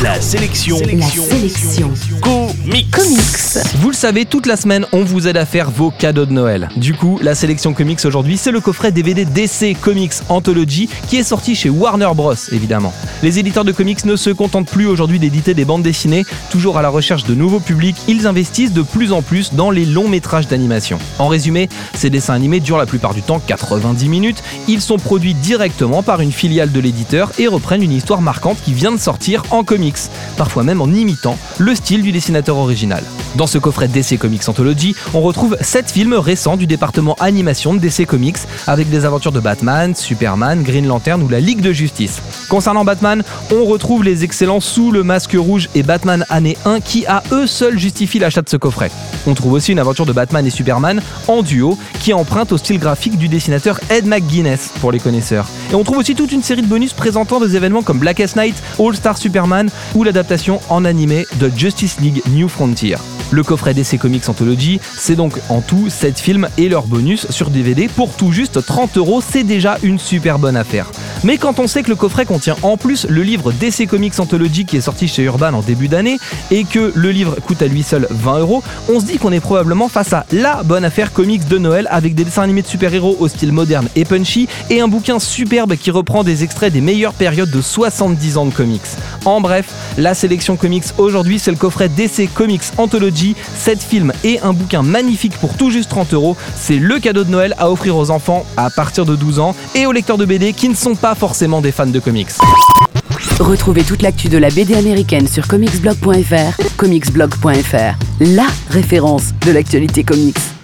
La sélection. Comics. Vous le savez, toute la semaine, on vous aide à faire vos cadeaux de Noël. Du coup, la sélection comics aujourd'hui, c'est le coffret DVD DC Comics Anthology qui est sorti chez Warner Bros, évidemment. Les éditeurs de comics ne se contentent plus aujourd'hui d'éditer des bandes dessinées. Toujours à la recherche de nouveaux publics, ils investissent de plus en plus dans les longs métrages d'animation. En résumé, ces dessins animés durent la plupart du temps 90 minutes. Ils sont produits directement par une filiale de l'éditeur et reprennent une histoire marquante qui vient de sortir en comics, parfois même en imitant le style du dessinateur original. Dans ce coffret DC Comics Anthology, on retrouve 7 films récents du département animation de DC Comics avec des aventures de Batman, Superman, Green Lantern ou la Ligue de Justice. Concernant Batman, on retrouve les excellents Sous le Masque Rouge et Batman Année 1 qui à eux seuls justifient l'achat de ce coffret. On trouve aussi une aventure de Batman et Superman en duo qui emprunte au style graphique du dessinateur Ed McGuinness pour les connaisseurs. Et on trouve aussi toute une série de bonus présentant des événements comme Blackest Night, All Star Superman ou l'adaptation en animé de Justice League New Frontier. Le coffret DC Comics Anthology, c'est donc en tout 7 films et leurs bonus sur DVD pour tout juste 30€, c'est déjà une super bonne affaire. Mais quand on sait que le coffret contient en plus le livre DC Comics Anthology qui est sorti chez Urban en début d'année et que le livre coûte à lui seul 20€, on se dit qu'on est probablement face à la bonne affaire comics de Noël avec des dessins animés de super-héros au style moderne et punchy et un bouquin superbe qui reprend des extraits des meilleures périodes de 70 ans de comics. En bref, la sélection comics aujourd'hui, c'est le coffret DC Comics Anthology, 7 films et un bouquin magnifique pour tout juste 30€. C'est le cadeau de Noël à offrir aux enfants à partir de 12 ans et aux lecteurs de BD qui ne sont pas forcément des fans de comics. Retrouvez toute l'actu de la BD américaine sur comicsblog.fr, comicsblog.fr, la référence de l'actualité comics.